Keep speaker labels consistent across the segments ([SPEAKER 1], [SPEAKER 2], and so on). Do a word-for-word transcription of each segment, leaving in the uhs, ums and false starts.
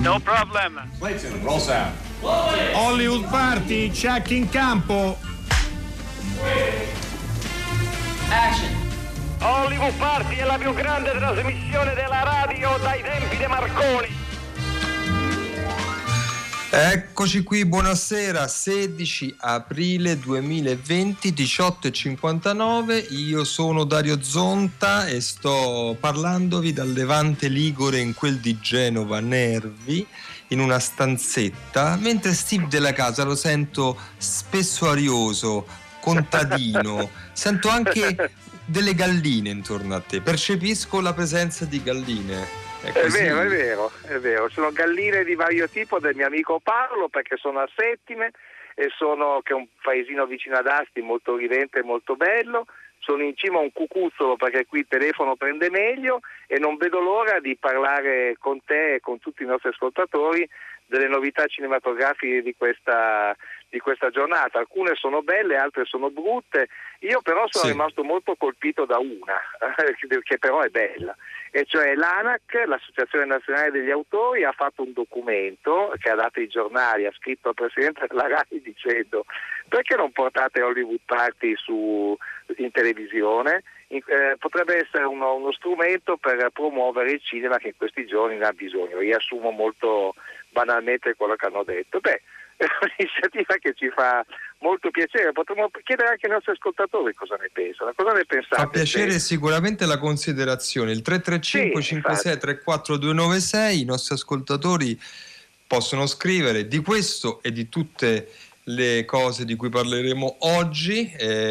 [SPEAKER 1] No problem.
[SPEAKER 2] Clayton, roll sound.
[SPEAKER 3] Hollywood Party, check in campo.
[SPEAKER 1] Action. Hollywood Party è la più grande trasmissione della radio dai tempi di Marconi.
[SPEAKER 4] Eccoci qui, buonasera, sedici aprile duemilaventi, diciotto e cinquantanove. Io sono Dario Zonta e sto parlandovi dal Levante Ligure in quel di Genova, Nervi, in una stanzetta, mentre Steve della casa lo sento spesso arioso, contadino, sento anche delle galline intorno a te, percepisco la presenza di galline.
[SPEAKER 5] È, è vero, è vero, è vero. Sono galline di vario tipo del mio amico Paolo, perché sono a Settime e sono, che è un paesino vicino ad Asti, molto ridente e molto bello. Sono in cima a un cucuzzolo perché qui il telefono prende meglio e non vedo l'ora di parlare con te e con tutti i nostri ascoltatori delle novità cinematografiche di questa, di questa giornata. Alcune sono belle, altre sono brutte. Io però sono sì. rimasto molto colpito da una, che però è bella, e cioè l'ANAC, l'Associazione Nazionale degli Autori, ha fatto un documento che ha dato ai giornali, ha scritto al Presidente della RAI dicendo: perché non portate Hollywood Party su, in televisione? In, eh, potrebbe essere uno, uno strumento per promuovere il cinema che in questi giorni ne ha bisogno. Riassumo molto banalmente quello che hanno detto. Beh, è un'iniziativa che ci fa molto piacere. Potremmo chiedere anche ai nostri ascoltatori cosa ne pensano. Cosa ne pensate?
[SPEAKER 4] Fa piacere
[SPEAKER 5] se...
[SPEAKER 4] sicuramente la considerazione. Il tre tre cinque cinque sei tre quattro due nove sei, i nostri ascoltatori possono scrivere di questo e di tutte le cose di cui parleremo oggi,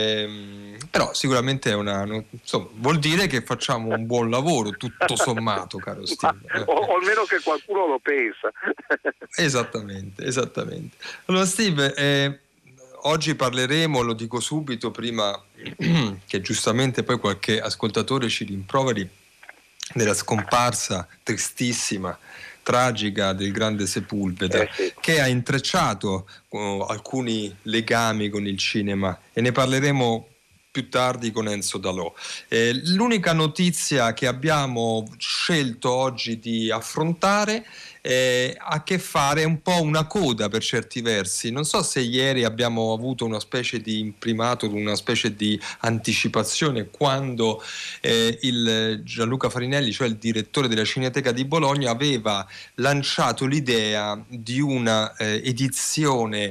[SPEAKER 4] ehm, però sicuramente è una, insomma, vuol dire che facciamo un buon lavoro tutto sommato, caro Steve.
[SPEAKER 5] Ma, o, o almeno che qualcuno lo pensa.
[SPEAKER 4] Esattamente, esattamente. Allora Steve, eh, oggi parleremo, lo dico subito prima che giustamente poi qualche ascoltatore ci rimproveri, della scomparsa tristissima, tragica del grande Sepulveda,
[SPEAKER 5] eh sì.
[SPEAKER 4] che ha intrecciato uh, alcuni legami con il cinema, e ne parleremo più tardi con Enzo Dalò. Eh, l'unica notizia che abbiamo scelto oggi di affrontare eh, ha a che fare un po' una coda per certi versi. Non so se ieri abbiamo avuto una specie di imprimato, una specie di anticipazione quando eh, il Gianluca Farinelli, cioè il direttore della Cineteca di Bologna, aveva lanciato l'idea di una eh, edizione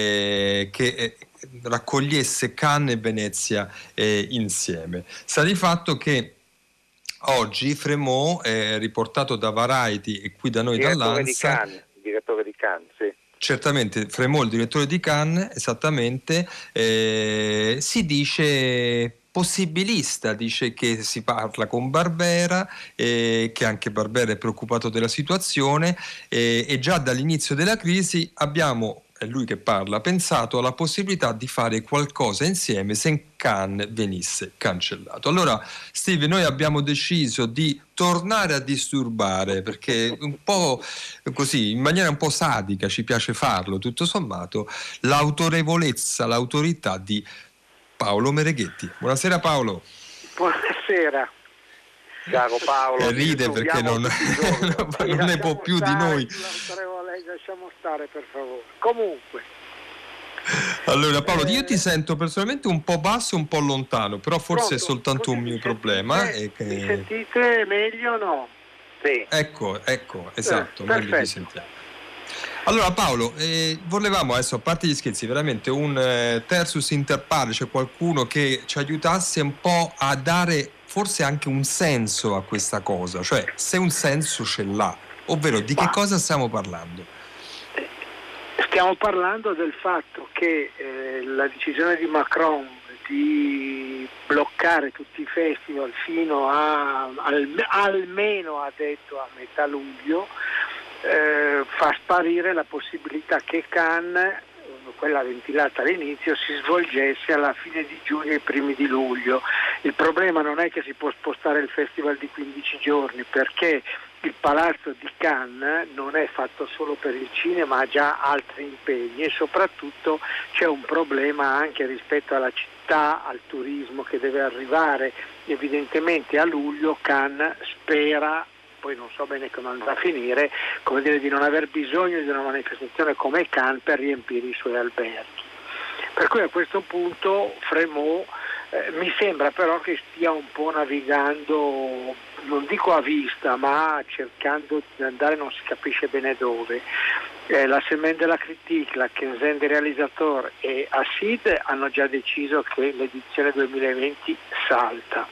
[SPEAKER 4] eh, che eh, raccogliesse Cannes e Venezia eh, insieme. Sta di fatto che oggi Frémaux, eh, riportato da Variety e qui da noi dall'Ansa,
[SPEAKER 5] di Cannes, il direttore di Cannes, sì.
[SPEAKER 4] Certamente, Frémaux, il direttore di Cannes, esattamente, eh, si dice possibilista, dice che si parla con Barbera, eh, che anche Barbera è preoccupato della situazione, eh, e già dall'inizio della crisi abbiamo, è lui che parla, pensato alla possibilità di fare qualcosa insieme se Cannes venisse cancellato. Allora Steve, noi abbiamo deciso di tornare a disturbare, perché un po' così, in maniera un po' sadica, ci piace farlo tutto sommato, l'autorevolezza, l'autorità di Paolo Mereghetti. Buonasera Paolo.
[SPEAKER 5] Buonasera. Caro Paolo,
[SPEAKER 4] e ride perché non, non ne può più di noi.
[SPEAKER 5] Lasciamo stare, per favore. Comunque,
[SPEAKER 4] allora Paolo,
[SPEAKER 5] eh,
[SPEAKER 4] io ti sento personalmente un po' basso, un po' lontano, però forse
[SPEAKER 5] pronto,
[SPEAKER 4] è soltanto un mio problema.
[SPEAKER 5] È
[SPEAKER 4] che...
[SPEAKER 5] Mi sentite meglio o no? Sì.
[SPEAKER 4] Ecco, ecco, esatto,
[SPEAKER 5] eh,
[SPEAKER 4] meglio ti sentiamo. Allora Paolo, eh, volevamo adesso, a parte gli scherzi, veramente un eh, tersus inter pares, cioè qualcuno che ci aiutasse un po' a dare forse anche un senso a questa cosa, cioè se un senso ce l'ha, ovvero di che cosa stiamo parlando?
[SPEAKER 6] Stiamo parlando del fatto che eh, la decisione di Macron di bloccare tutti i festival fino a al, almeno, ha detto, a metà luglio, eh, fa sparire la possibilità che Cannes, quella ventilata all'inizio, si svolgesse alla fine di giugno e i primi di luglio. Il problema non è che si può spostare il festival di quindici giorni, perché il palazzo di Cannes non è fatto solo per il cinema, ha già altri impegni, e soprattutto c'è un problema anche rispetto alla città, al turismo che deve arrivare. Evidentemente a luglio Cannes spera poi non so bene come andrà a finire, come dire, di non aver bisogno di una manifestazione come Cannes per riempire i suoi alberghi. Per cui a questo punto Frémaux eh, mi sembra però che stia un po' navigando, non dico a vista, ma cercando di andare non si capisce bene dove. Eh, la Semaine de la Critique, la Quinzaine des Réalisateurs e Acide hanno già deciso che l'edizione duemilaventi salta.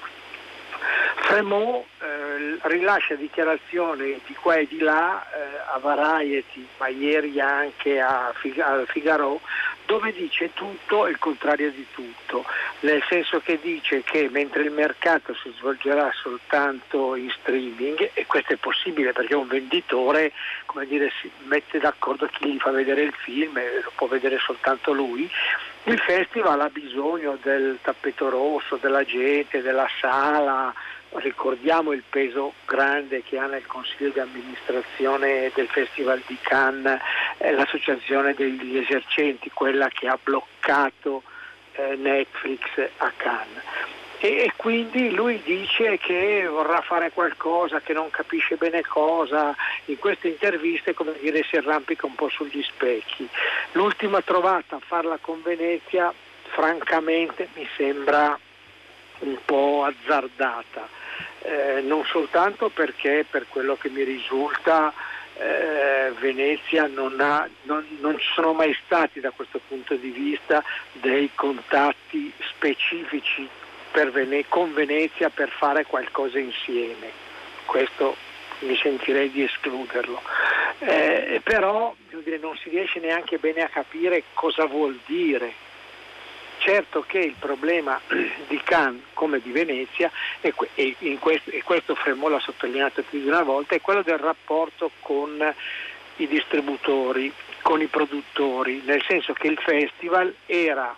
[SPEAKER 6] Frémaux eh, rilascia dichiarazioni di qua e di là eh, a Variety, ma ieri anche a Fig- al Figaro, dove dice tutto e il contrario di tutto, nel senso che dice che mentre il mercato si svolgerà soltanto in streaming, e questo è possibile perché un venditore, come dire, si mette d'accordo chi gli fa vedere il film e lo può vedere soltanto lui, il festival ha bisogno del tappeto rosso, della gente, della sala. Ricordiamo il peso grande che ha nel consiglio di amministrazione del Festival di Cannes eh, l'associazione degli esercenti, quella che ha bloccato eh, Netflix a Cannes. E, e quindi lui dice che vorrà fare qualcosa, che non capisce bene cosa. In queste interviste, come dire, si arrampica un po' sugli specchi. L'ultima trovata a farla con Venezia, francamente, mi sembra un po' azzardata. Eh, non soltanto perché, per quello che mi risulta, eh, Venezia non ha, non, non ci sono mai stati da questo punto di vista dei contatti specifici per Vene- con Venezia per fare qualcosa insieme. Questo mi sentirei di escluderlo. Eh, però devo dire, non si riesce neanche bene a capire cosa vuol dire. Certo che il problema di Cannes come di Venezia, e, e, in questo, e questo Frémaux l'ha sottolineato più di una volta, è quello del rapporto con i distributori, con i produttori, nel senso che il festival era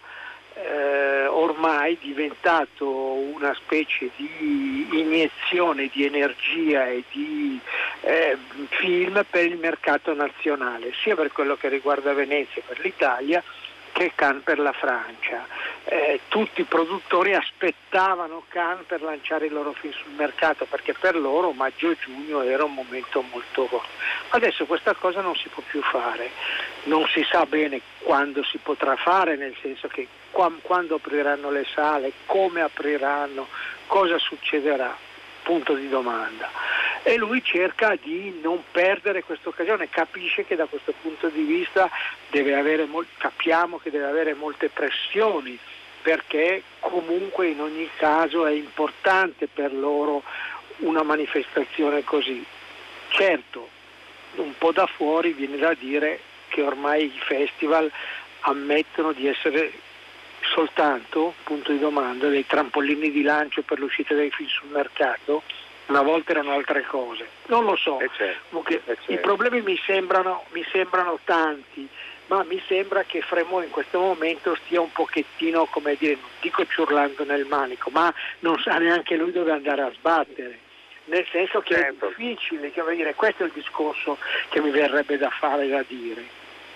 [SPEAKER 6] eh, ormai diventato una specie di iniezione di energia e di eh, film per il mercato nazionale, sia per quello che riguarda Venezia e per l'Italia, che Cannes per la Francia. Eh, tutti i produttori aspettavano Cannes per lanciare i loro film sul mercato, perché per loro maggio-giugno era un momento molto forte. Adesso questa cosa non si può più fare, non si sa bene quando si potrà fare, nel senso che qua, quando apriranno le sale, come apriranno, cosa succederà, punto di domanda. E lui cerca di non perdere questa occasione, capisce che da questo punto di vista deve avere mol- capiamo che deve avere molte pressioni, perché comunque in ogni caso è importante per loro una manifestazione così. Certo, un po' da fuori viene da dire che ormai i festival ammettono di essere soltanto, punto di domanda, dei trampolini di lancio per l'uscita dei film sul mercato. Una volta erano altre cose, non lo so.
[SPEAKER 5] Eh certo, eh certo.
[SPEAKER 6] I problemi mi sembrano, mi sembrano tanti, ma mi sembra che Frémaux in questo momento stia un pochettino, come dire, non dico ciurlando nel manico, ma non sa neanche lui dove andare a sbattere, nel senso che
[SPEAKER 5] certo.
[SPEAKER 6] È difficile, che, vuol dire, questo è il discorso che mi verrebbe da fare, da dire.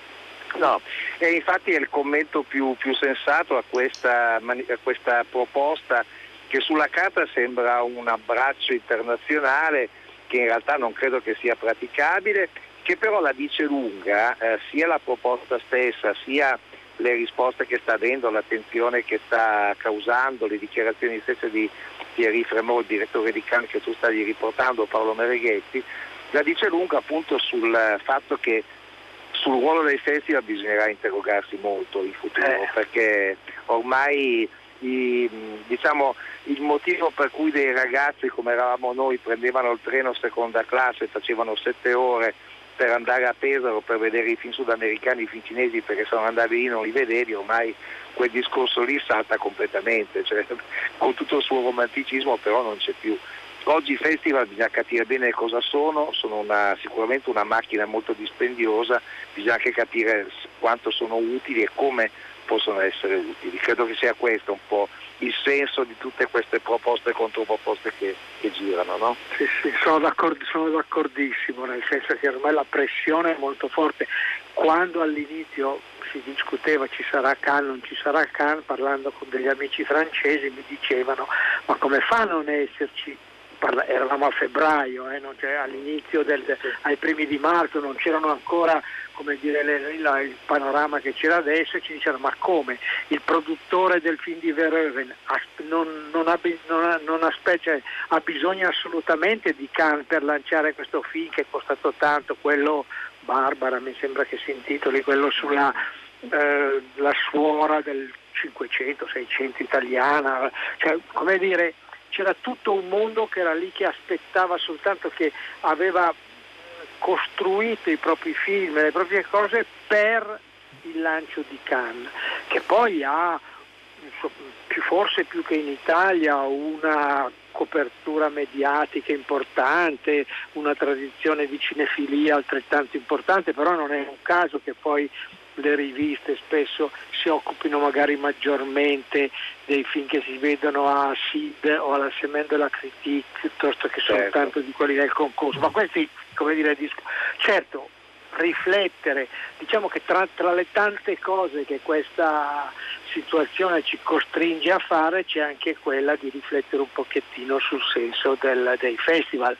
[SPEAKER 5] No, e infatti è il commento più, più sensato a questa, a questa proposta, che sulla carta sembra un abbraccio internazionale, che in realtà non credo che sia praticabile, che però la dice lunga, eh, sia la proposta stessa, sia le risposte che sta dando, l'attenzione che sta causando, le dichiarazioni stesse di Thierry Frémaux, il direttore di Cannes che tu stavi riportando, Paolo Mereghetti, la dice lunga appunto sul fatto che sul ruolo dei festival bisognerà interrogarsi molto in futuro, eh. perché ormai I, diciamo, il motivo per cui dei ragazzi come eravamo noi prendevano il treno seconda classe, facevano sette ore per andare a Pesaro per vedere i film sudamericani, i film cinesi, perché se non andavi lì non li vedevi, ormai quel discorso lì salta completamente, cioè, con tutto il suo romanticismo però non c'è più. Oggi i festival bisogna capire bene cosa sono, sono una, sicuramente una macchina molto dispendiosa, bisogna anche capire quanto sono utili e come possono essere utili. Credo che sia questo un po' il senso di tutte queste proposte e controproposte che, che girano, no?
[SPEAKER 6] Sì, sì, sono, d'accordo, sono d'accordissimo, nel senso che ormai la pressione è molto forte. Quando all'inizio si discuteva ci sarà Cannes, non ci sarà Cannes, parlando con degli amici francesi mi dicevano ma come fa a non esserci parla, eravamo a febbraio, eh, non c'è, all'inizio del, ai primi di marzo non c'erano ancora, come dire, le, il, il panorama che c'era adesso, e ci dicevano: ma come il produttore del film di Verhoeven non, non, ha, non, ha, non aspetta, cioè, ha bisogno assolutamente di Cannes per lanciare questo film che è costato tanto, quello Barbara mi sembra che si intitoli, quello sulla eh, la suora del cinquecento seicento italiana, cioè, come dire, c'era tutto un mondo che era lì che aspettava soltanto, che aveva costruito i propri film, le proprie cose per il lancio di Cannes, che poi ha più, forse più che in Italia, una copertura mediatica importante, una tradizione di cinefilia altrettanto importante, però non è un caso che poi le riviste spesso si occupino magari maggiormente dei film che si vedono a S I D o alla Semaine de la Critique piuttosto che soltanto di quelli del concorso. Ma questi, come dire, certo, riflettere, diciamo che tra, tra le tante cose che questa situazione ci costringe a fare c'è anche quella di riflettere un pochettino sul senso del, dei festival,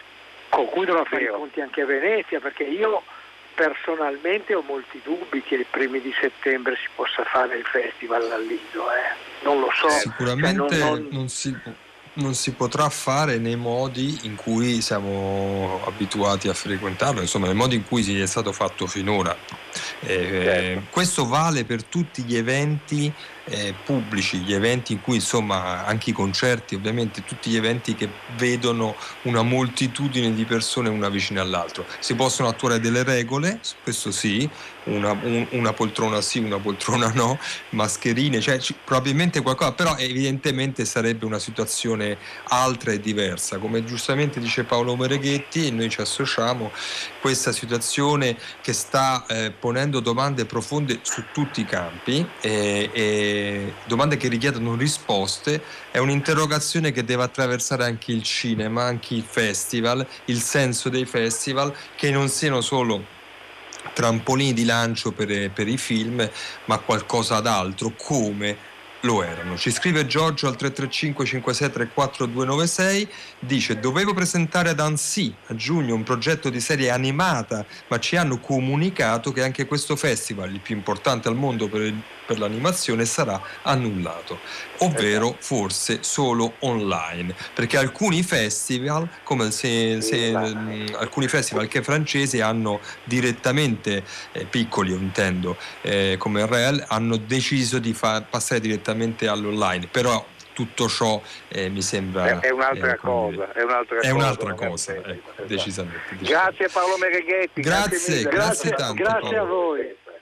[SPEAKER 6] con cui dovrà fare i conti anche Venezia, perché io personalmente ho molti dubbi che i primi di settembre si possa fare il festival al Lido, eh. non lo so.
[SPEAKER 4] Sicuramente
[SPEAKER 6] cioè non, non...
[SPEAKER 4] Non, si, non si potrà fare nei modi in cui siamo abituati a frequentarlo, insomma nei modi in cui si è stato fatto finora. Eh, certo. Questo vale per tutti gli eventi eh, pubblici, gli eventi in cui, insomma, anche i concerti, ovviamente tutti gli eventi che vedono una moltitudine di persone una vicina all'altro. Si possono attuare delle regole, questo sì, una, un, una poltrona sì, una poltrona no, mascherine, cioè c- probabilmente qualcosa, però evidentemente sarebbe una situazione altra e diversa. Come giustamente dice Paolo Mereghetti, e noi ci associamo, questa situazione che sta eh, ponendo domande profonde su tutti i campi, e, e domande che richiedono risposte, è un'interrogazione che deve attraversare anche il cinema, anche i festival, il senso dei festival, che non siano solo trampolini di lancio per, per i film, ma qualcosa d'altro, come lo erano. Ci scrive Giorgio al tre tre cinque cinque sei tre quattro due nove sei, dice: dovevo presentare ad Annecy a giugno un progetto di serie animata, ma ci hanno comunicato che anche questo festival, il più importante al mondo per, il, per l'animazione, sarà annullato, ovvero forse solo online, perché alcuni festival, come se, se mh, alcuni festival che francesi hanno direttamente, eh, piccoli io intendo, eh, come il Real, hanno deciso di far passare direttamente all'online, però tutto ciò eh, mi sembra
[SPEAKER 5] è, è un'altra
[SPEAKER 4] eh,
[SPEAKER 5] cosa, è un'altra
[SPEAKER 4] è
[SPEAKER 5] cosa,
[SPEAKER 4] un'altra cosa ecco, esatto. decisamente, decisamente.
[SPEAKER 5] Grazie Paolo Mereghetti,
[SPEAKER 4] grazie,
[SPEAKER 5] grazie,
[SPEAKER 4] grazie, grazie tanto,
[SPEAKER 6] grazie a voi.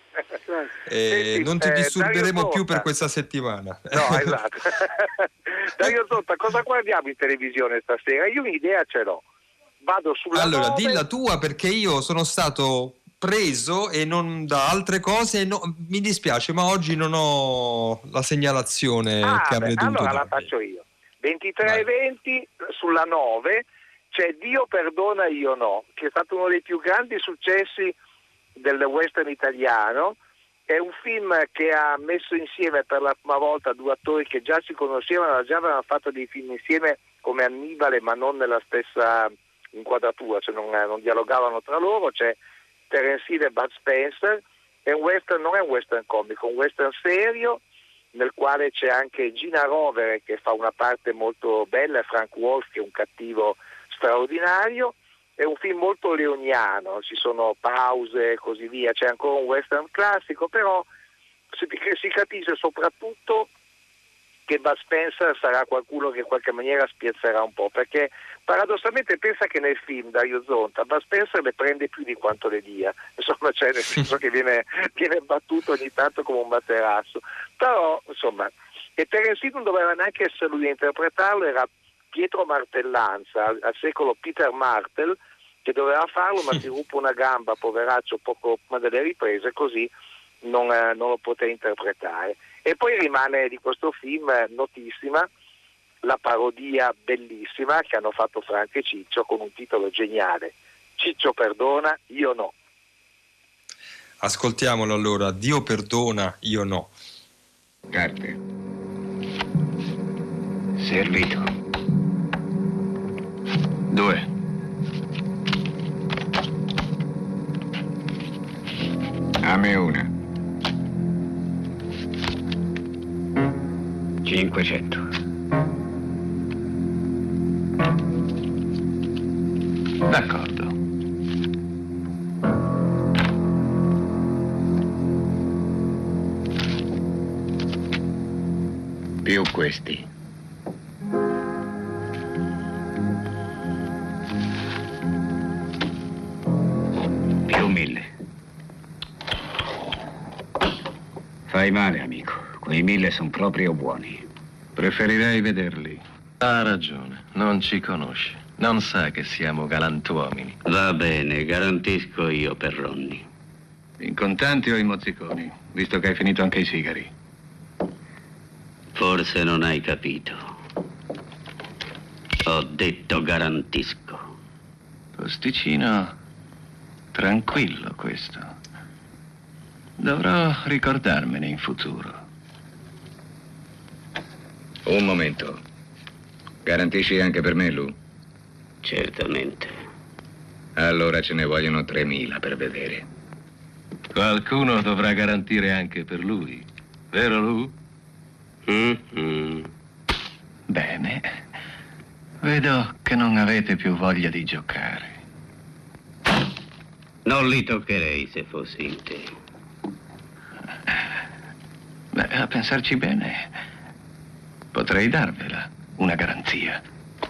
[SPEAKER 4] Eh,
[SPEAKER 5] Senti,
[SPEAKER 4] non ti
[SPEAKER 5] eh,
[SPEAKER 4] disturberemo più
[SPEAKER 5] Zotta.
[SPEAKER 4] Per questa settimana.
[SPEAKER 5] No, esatto. Dario Zotta, cosa guardiamo in televisione stasera? Io un'idea ce l'ho. Vado sulla
[SPEAKER 4] Allora,
[SPEAKER 5] nove.
[SPEAKER 4] dilla tua, perché io sono stato preso e non da altre cose, no, mi dispiace, ma oggi non ho la segnalazione
[SPEAKER 5] ah,
[SPEAKER 4] che avrei
[SPEAKER 5] beh,
[SPEAKER 4] dovuto
[SPEAKER 5] allora
[SPEAKER 4] darvi.
[SPEAKER 5] la faccio io. ventitré e venti sulla nove c'è Dio perdona io no, che è stato uno dei più grandi successi del western italiano. È un film che ha messo insieme per la prima volta due attori che già si conoscevano, già avevano fatto dei film insieme come Annibale, ma non nella stessa inquadratura, cioè non, non dialogavano tra loro. C'è Terence Hill e Bud Spencer. È un western, non è un western comico, è un western serio nel quale c'è anche Gina Rovere che fa una parte molto bella e Frank Wolf che è un cattivo straordinario. È un film molto leoniano, ci sono pause e così via, c'è ancora un western classico, però si, si capisce soprattutto che Bud Spencer sarà qualcuno che in qualche maniera spiazzerà un po', perché paradossalmente pensa che nel film Dario Zonta Bud Spencer le prende più di quanto le dia, insomma, cioè nel senso che viene, viene battuto ogni tanto come un materasso, però insomma, e Terence Hill non doveva neanche essere lui a interpretarlo, era Pietro Martellanza, al, al secolo Peter Martel, che doveva farlo, ma si ruppe una gamba, poveraccio, poco prima delle riprese, così non, eh, non lo poté interpretare. E poi rimane di questo film notissima la parodia bellissima che hanno fatto Franco e Ciccio con un titolo geniale: Ciccio perdona, io no.
[SPEAKER 4] Ascoltiamolo allora, Dio perdona, io no.
[SPEAKER 2] Carte. Servito. Due. A me una. Cinquecento. D'accordo. Più questi. Più mille. Fai male, amico. Quei mille sono proprio buoni. Preferirei vederli.
[SPEAKER 7] Ha ragione, non ci conosce. Non sa che siamo galantuomini.
[SPEAKER 8] Va bene, garantisco io per Ronny.
[SPEAKER 2] In contanti o in mozziconi? Visto che hai finito anche i sigari.
[SPEAKER 8] Forse non hai capito. Ho detto garantisco.
[SPEAKER 2] Posticino tranquillo questo. Dovrò ricordarmene in futuro. Un momento. Garantisci anche per me, Lou?
[SPEAKER 8] Certamente.
[SPEAKER 2] Allora ce ne vogliono tremila per vedere.
[SPEAKER 7] Qualcuno dovrà garantire anche per lui. Vero, Lou?
[SPEAKER 8] Mm-hmm.
[SPEAKER 2] Bene. Vedo che non avete più voglia di giocare.
[SPEAKER 8] Non li toccherei se fossi in te.
[SPEAKER 2] Beh, a pensarci bene, potrei darvela una garanzia.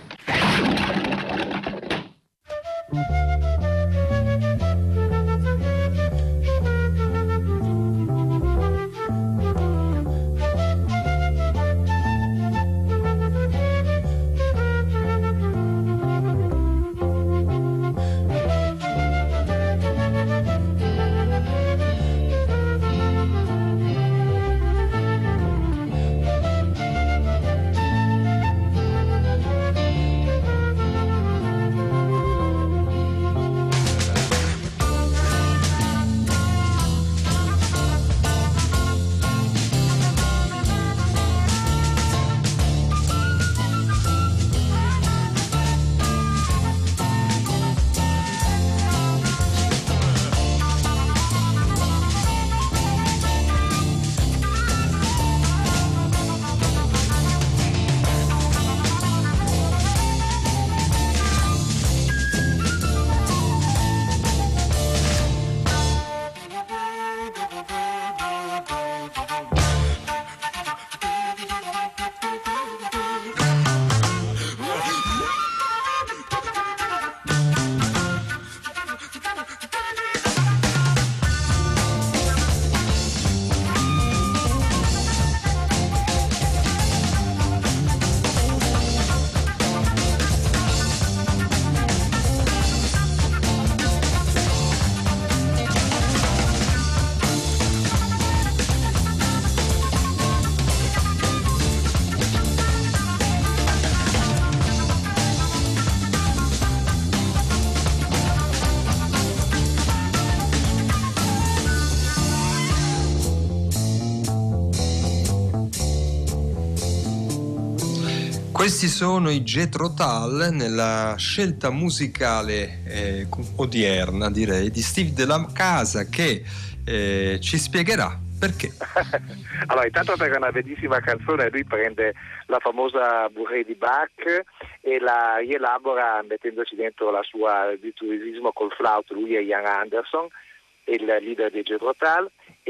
[SPEAKER 4] Questi sono i Jethro Tull nella scelta musicale eh, odierna, direi, di Steve Della Casa, che eh, ci spiegherà perché.
[SPEAKER 5] Allora, intanto perché è una bellissima canzone, lui prende la famosa Bourrée di Bach e la rielabora mettendoci dentro la sua virtuosismo col flauto, lui è Ian Anderson, il leader dei Jethro Tull,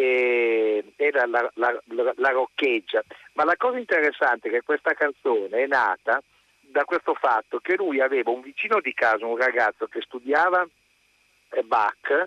[SPEAKER 5] e, e la, la, la, la roccheggia. Ma la cosa interessante è che questa canzone è nata da questo fatto che lui aveva un vicino di casa, un ragazzo che studiava Bach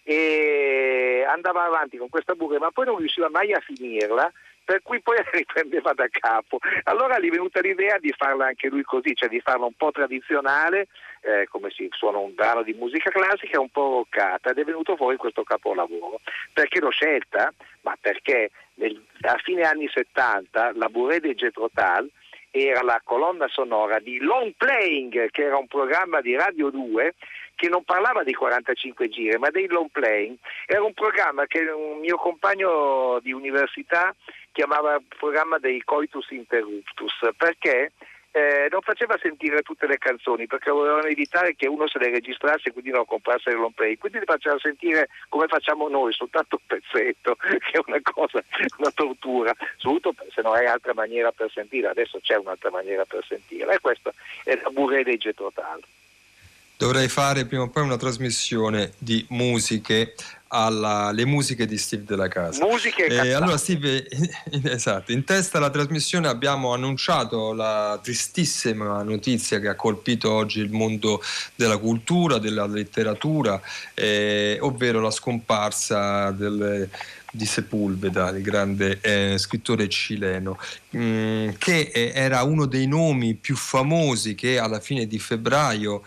[SPEAKER 5] e andava avanti con questa burra, ma poi non riusciva mai a finirla, per cui poi riprendeva da capo. Allora gli è venuta l'idea di farla anche lui così, cioè di farla un po' tradizionale, eh, come si suona un brano di musica classica, un po' roccata, ed è venuto fuori questo capolavoro. Perché l'ho scelta? Ma perché nel, a fine anni settanta la Bourrée dei Jethro Tull era la colonna sonora di Long Playing, che era un programma di Radio due che non parlava dei quarantacinque giri, ma dei long playing. Era un programma che un mio compagno di università chiamava programma dei coitus interruptus, perché eh, non faceva sentire tutte le canzoni perché volevano evitare che uno se le registrasse e quindi non comprasse il long play, quindi le faceva sentire come facciamo noi, soltanto un pezzetto, che è una cosa, una tortura, soprattutto se non hai altra maniera per sentire. Adesso c'è un'altra maniera per sentire, e questa è la burrelegge totale.
[SPEAKER 4] Dovrei fare prima o poi una trasmissione di musiche alla, le musiche di Steve Della Casa.
[SPEAKER 5] Musiche e
[SPEAKER 4] eh, allora Steve, esatto, in testa alla trasmissione abbiamo annunciato la tristissima notizia che ha colpito oggi il mondo della cultura, della letteratura, eh, ovvero la scomparsa del di Sepúlveda, il grande eh, scrittore cileno, mh, che eh, era uno dei nomi più famosi che alla fine di febbraio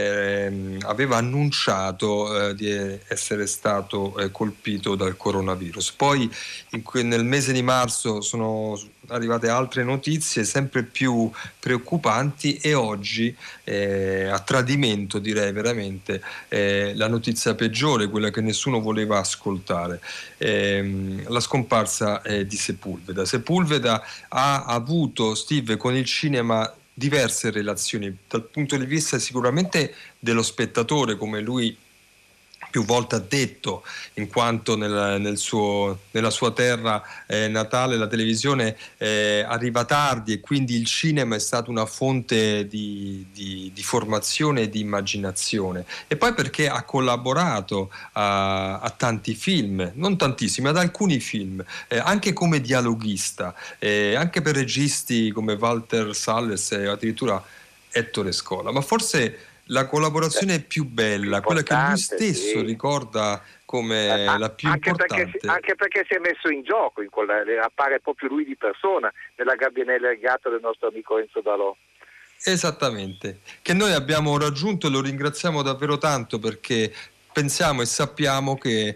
[SPEAKER 4] eh, aveva annunciato eh, di essere stato eh, colpito dal coronavirus. Poi in que- nel mese di marzo sono arrivate altre notizie sempre più preoccupanti e oggi eh, a tradimento, direi veramente, eh, la notizia peggiore, quella che nessuno voleva ascoltare, eh, la scomparsa eh, di Sepúlveda. Sepúlveda ha avuto, Steve, con il cinema diverse relazioni dal punto di vista sicuramente dello spettatore, come lui più volte ha detto, in quanto nel, nel suo, nella sua terra eh, natale la televisione eh, arriva tardi e quindi il cinema è stato una fonte di, di, di formazione e di immaginazione, e poi perché ha collaborato a, a tanti film, non tantissimi, ad alcuni film, eh, anche come dialoghista, eh, anche per registi come Walter Salles e addirittura Ettore Scola, ma forse la collaborazione più bella, quella che lui stesso sì. ricorda come eh, la più
[SPEAKER 5] anche
[SPEAKER 4] importante.
[SPEAKER 5] Perché, anche perché si è messo in gioco, in quella, appare proprio lui di persona nella gabbianella legata del nostro amico Enzo Dalò.
[SPEAKER 4] Esattamente, che noi abbiamo raggiunto e lo ringraziamo davvero tanto, perché pensiamo e sappiamo che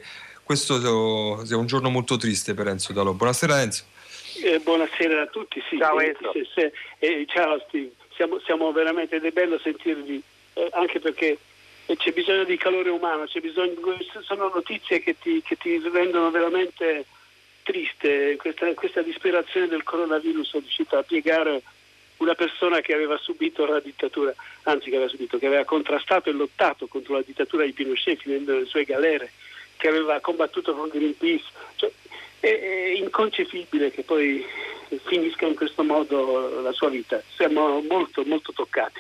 [SPEAKER 4] questo sia un giorno molto triste per Enzo Dalò. Buonasera Enzo.
[SPEAKER 6] Eh, buonasera a tutti. Sì,
[SPEAKER 5] ciao
[SPEAKER 6] eh,
[SPEAKER 5] Enzo.
[SPEAKER 6] Se, se, eh, ciao Steve, siamo, siamo veramente, ed è bello sentirvi. Eh, anche perché c'è bisogno di calore umano, c'è bisogno, sono notizie che ti, che ti rendono veramente triste. Questa, questa disperazione del coronavirus è riuscita a piegare una persona che aveva subito la dittatura, anzi che aveva subito, che aveva contrastato e lottato contro la dittatura di Pinochet finendo nelle sue galere, che aveva combattuto con Greenpeace. Cioè, è, è inconcepibile che poi finisca in questo modo la sua vita. Siamo molto molto toccati.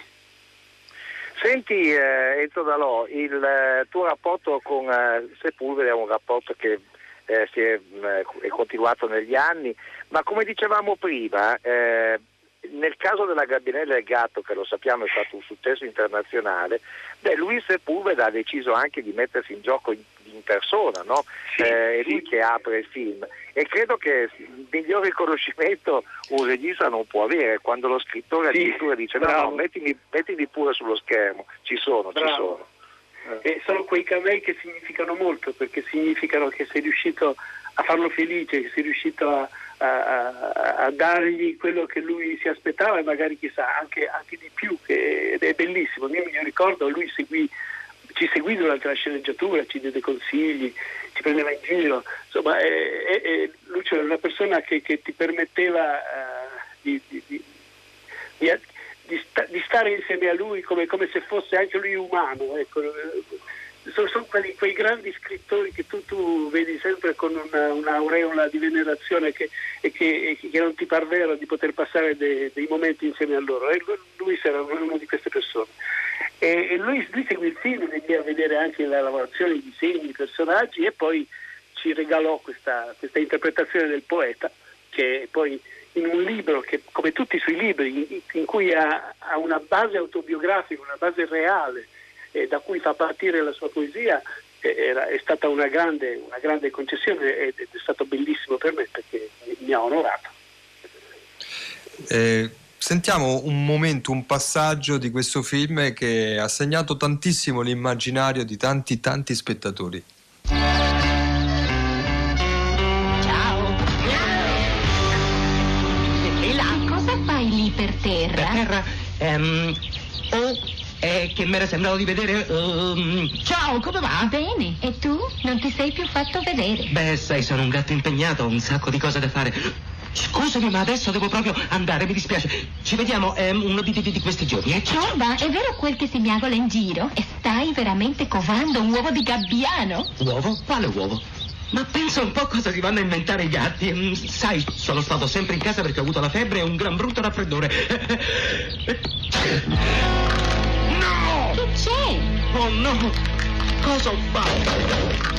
[SPEAKER 5] Senti eh, Enzo Dalò, il eh, tuo rapporto con eh, Sepúlveda è un rapporto che eh, si è, eh, è continuato negli anni, ma come dicevamo prima, eh, nel caso della Gabbianella del Gatto, che lo sappiamo è stato un successo internazionale, beh, lui Sepúlveda ha deciso anche di mettersi in gioco in, in persona, no?
[SPEAKER 6] Sì,
[SPEAKER 5] eh, è
[SPEAKER 6] sì.
[SPEAKER 5] lui che apre il film, e credo che il miglior riconoscimento un regista non può avere, quando lo scrittore
[SPEAKER 6] sì,
[SPEAKER 5] addirittura dice no, no, mettimi, mettimi pure sullo schermo, ci sono,
[SPEAKER 6] bravo.
[SPEAKER 5] ci sono.
[SPEAKER 6] E sono quei camei che significano molto, perché significano che sei riuscito a farlo felice, che sei riuscito a, a, a dargli quello che lui si aspettava e magari chissà anche, anche di più, che, ed è bellissimo. Io mi ricordo, lui seguì, ci seguì durante la sceneggiatura, ci diede consigli, ci prendeva in giro, insomma è, è, è, Lucio era una persona che, che ti permetteva uh, di, di, di, di Di, sta, di stare insieme a lui come, come se fosse anche lui umano, ecco. Sono, sono quelli, quei grandi scrittori che tu, tu vedi sempre con una, un'aureola di venerazione che, e che, e che non ti par vero di poter passare de, dei momenti insieme a loro, e lui era una di queste persone, e, e lui, lui seguì il film, venne a vedere anche la lavorazione, i disegni, i personaggi, e poi ci regalò questa, questa interpretazione del poeta, che poi in un libro che, come tutti i suoi libri, in, in cui ha, ha una base autobiografica, una base reale, eh, da cui fa partire la sua poesia, eh, era, è stata una grande, una grande concessione, ed è stato bellissimo per me, perché mi ha onorato.
[SPEAKER 4] Eh, sentiamo un momento, un passaggio di questo film che ha segnato tantissimo l'immaginario di tanti tanti spettatori.
[SPEAKER 9] Per terra?
[SPEAKER 10] Per terra? Ehm, oh, è che mi era sembrato di vedere... Um, ciao, come va?
[SPEAKER 9] Bene, e tu? Non ti sei più fatto vedere.
[SPEAKER 10] Beh, sai, sono un gatto impegnato, ho un sacco di cose da fare. Scusami, ma adesso devo proprio andare, mi dispiace. Ci vediamo eh, uno di, di, di questi giorni, eh? Ciao.
[SPEAKER 9] Giorba, è vero quel che si miagola in giro? E stai veramente covando un uovo di gabbiano?
[SPEAKER 10] Uovo? Quale uovo? Ma pensa un po' cosa si vanno a inventare i gatti. Mm, sai, sono stato sempre in casa perché ho avuto la febbre e un gran brutto raffreddore. No!
[SPEAKER 9] Che c'è?
[SPEAKER 10] Oh no! Cosa ho fatto?